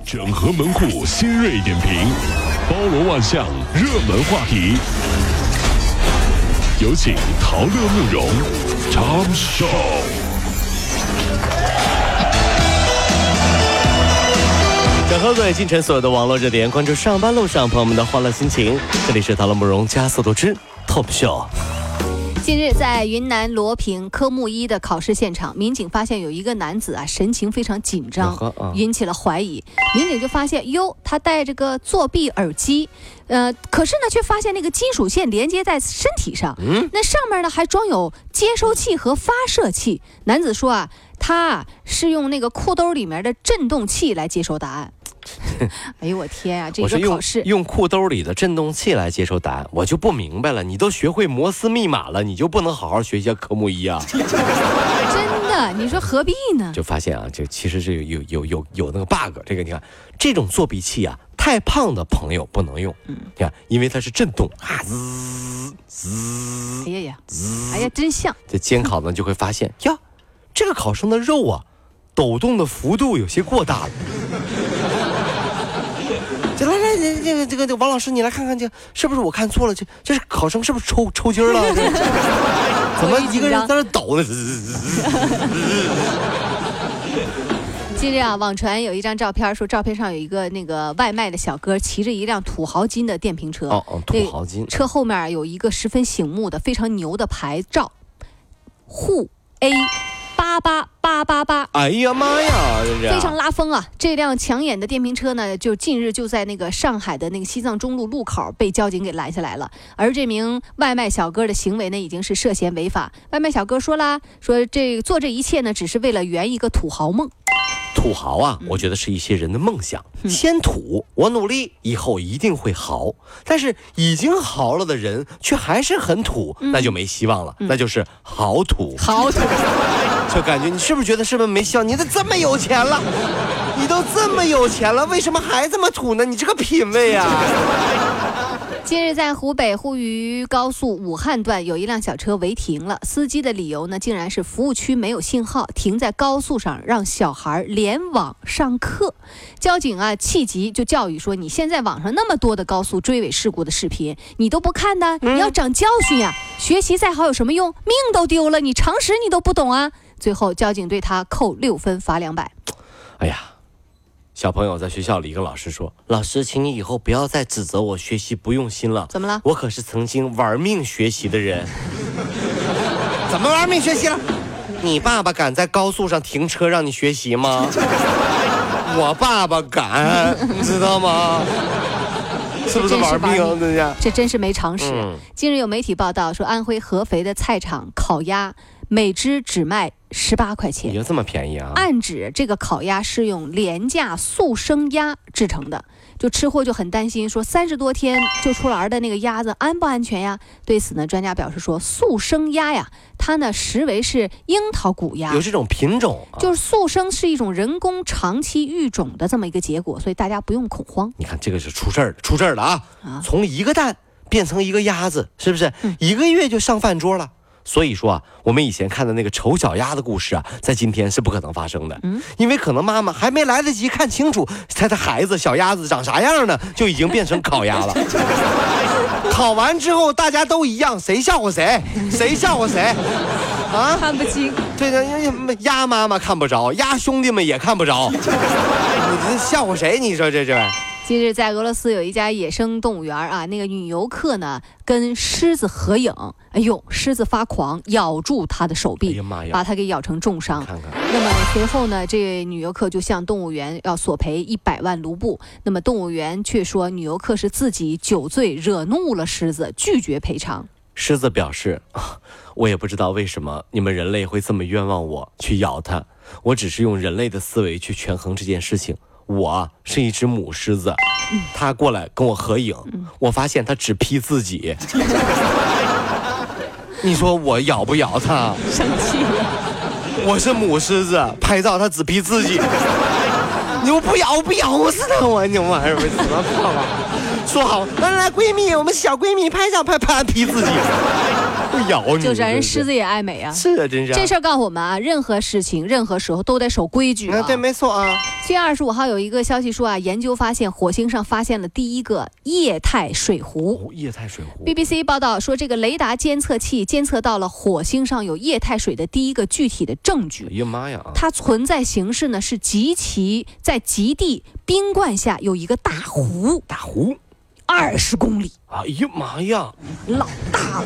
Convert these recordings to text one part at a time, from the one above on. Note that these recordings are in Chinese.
整合门户新锐点评，包罗万象，热门话题。有请陶乐慕容 Tom Show。 整合各位进城所有的网络热点，关注上班路上朋友们的欢乐心情。这里是陶乐慕容加速度之 Top Show。 近日，在云南罗平科目1的考试现场，民警发现有一个男子神情非常紧张，引起了怀疑。民警就发现，他戴这个作弊耳机，可是呢，却发现那个金属线连接在身体上，那上面呢还装有接收器和发射器。男子说他是用那个裤兜里面的振动器来接收答案。哎呦我天啊！这个考试用裤兜里的振动器来接收答案，我就不明白了。你都学会摩斯密码了，你就不能好好学一下科目1啊？ 真的，你说何必呢？ 就发现这其实是有那个 bug。这个你看，这种作弊器太胖的朋友不能用。你看，因为它是震动滋滋。 哎呀，真像。 这监考呢就会发现这个考生的肉抖动的幅度有些过大了。来，这个王老师，你来看看，这是不是我看错了？这是考生是不是抽筋了？怎么一个人在那抖呢？ 近日网传有一张照片，说照片上有一个那个外卖的小哥骑着一辆土豪金的电瓶车。 土豪金车后面有一个十分醒目的、非常牛的牌照，沪 A88888。 哎呀妈呀， 非常拉风啊！这辆抢眼的电瓶车呢，就近日就在那个上海的那个西藏中路路口被交警给拦下来了。而这名外卖小哥的行为呢，已经是涉嫌违法。外卖小哥说做这一切呢，只是为了圆一个土豪梦。 土豪我觉得是一些人的梦想。先土，我努力，以后一定会豪。但是已经豪了的人却还是很土，那就没希望了，那就是豪土。 豪土。 就感觉你是不是觉得是不是没希望？你都这么有钱了，你都这么有钱了，为什么还这么土呢？你这个品味近日在湖北沪渝高速武汉段有一辆小车违停了，司机的理由呢，竟然是服务区没有信号，停在高速上让小孩联网上课。交警气急就教育说，你现在网上那么多的高速追尾事故的视频，你都不看呢？你要长教训呀！学习再好有什么用？命都丢了，你常识你都不懂啊！最后交警对他扣6分罚200。 哎呀，小朋友在学校里跟老师说，老师请你以后不要再指责我学习不用心了。 怎么了？ 我可是曾经玩命学习的人。怎么玩命学习了？你爸爸敢在高速上停车让你学习吗？我爸爸敢，你知道吗？是不是玩命？ 这真是没常识。近日有媒体报道说，安徽合肥的菜场烤鸭每只只卖18块钱， 也这么便宜啊？ 暗指这个烤鸭是用廉价速生鸭制成的，就吃货就很担心，说30多天就出栏的那个鸭子安不安全呀？对此呢，专家表示说，速生鸭它呢实为是樱桃谷鸭， 有这种品种， 就是速生是一种人工长期育种的这么一个结果，所以大家不用恐慌。 你看这个是出事儿了从一个蛋变成一个鸭子，是不是1个月就上饭桌了？所以说我们以前看的那个丑小鸭的故事在今天是不可能发生的。因为可能妈妈还没来得及看清楚他的孩子小鸭子长啥样呢，就已经变成烤鸭了。烤完之后大家都一样，谁笑话谁，谁笑话谁看不清。 对的，鸭妈妈看不着，鸭兄弟们也看不着。你这笑话谁？你说这近日在俄罗斯有一家野生动物园那个女游客呢跟狮子合影，哎呦，狮子发狂咬住她的手臂，把她给咬成重伤。那么随后呢，这女游客就向动物园要索赔100万卢布。那么动物园却说女游客是自己酒醉惹怒了狮子，拒绝赔偿。 狮子表示，我也不知道为什么你们人类会这么冤枉我去咬它，我只是用人类的思维去权衡这件事情。我是一只母狮子，他过来跟我合影，我发现他只劈自己。你说我咬不咬他？ 生气了。 我是母狮子，拍照他只劈自己。你不咬死他，我你玩意儿怎么破吧？说好，来闺蜜，我们小闺蜜拍照拍劈自己。 会咬你。 就是人狮子也爱美啊。 是啊，真是。 这事儿告诉我们啊，任何事情、任何时候都得守规矩啊。 对，没错啊。 7月25号有一个消息说啊，研究发现火星上发现了第一个液态水湖。 液态水湖。 BBC 报道说，这个雷达监测器监测到了火星上有液态水的第一个具体的证据。 哎呀妈呀！ 它存在形式呢是在极地冰冠下有一个大湖。 大湖。 20公里。 哎呀妈呀！ 老大了。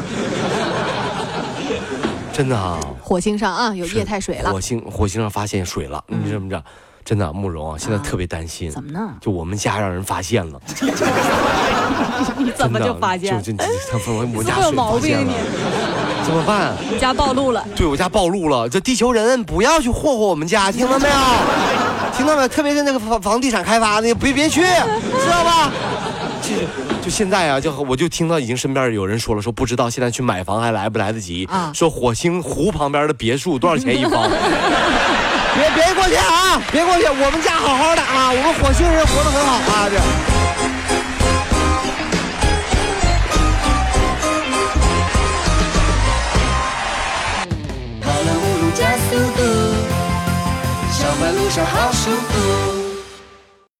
真的啊。 火星上啊有液态水了。 火星上发现水了，你知不知道？真的，慕容啊，现在特别担心。 怎么呢？ 就我们家让人发现了。 你怎么就发现？ 我家有毛病你。 怎么办？ 你家暴露了。 对，我家暴露了。这地球人不要去霍霍我们家，听到没有？听到没有？特别是那个房地产开发的，别去，知道吧？就现在啊，我就听到已经身边有人说了，说不知道现在去买房还来不来得及啊？说火星湖旁边的别墅多少钱一方？别过去啊！别过去，我们家好好的啊，我们火星人活得很好啊，这。 跑了5路加速度，上班路上好舒服。